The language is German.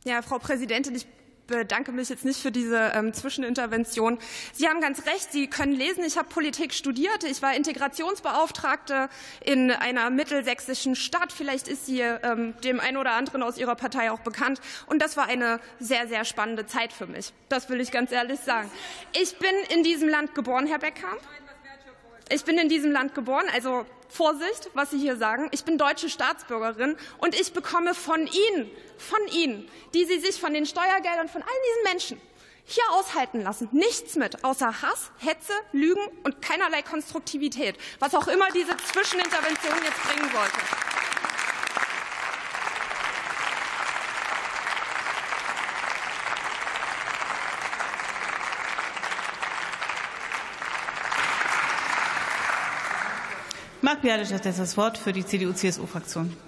Ja, Frau Präsidentin, ich bedanke mich jetzt nicht für diese Zwischenintervention. Sie haben ganz recht, Sie können lesen, ich habe Politik studiert. Ich war Integrationsbeauftragte in einer mittelsächsischen Stadt. Vielleicht ist sie dem einen oder anderen aus Ihrer Partei auch bekannt. Und das war eine sehr, sehr spannende Zeit für mich. Das will ich ganz ehrlich sagen. Ich bin in diesem Land geboren, Herr Beckkamp. Ich bin in diesem Land geboren, also Vorsicht, was Sie hier sagen. Ich bin deutsche Staatsbürgerin und ich bekomme von Ihnen, die Sie sich von den Steuergeldern von all diesen Menschen hier aushalten lassen, nichts mit, außer Hass, Hetze, Lügen und keinerlei Konstruktivität, was auch immer diese Zwischenintervention jetzt bringen sollte. Marc Bialysch hat jetzt das Wort für die CDU-CSU-Fraktion.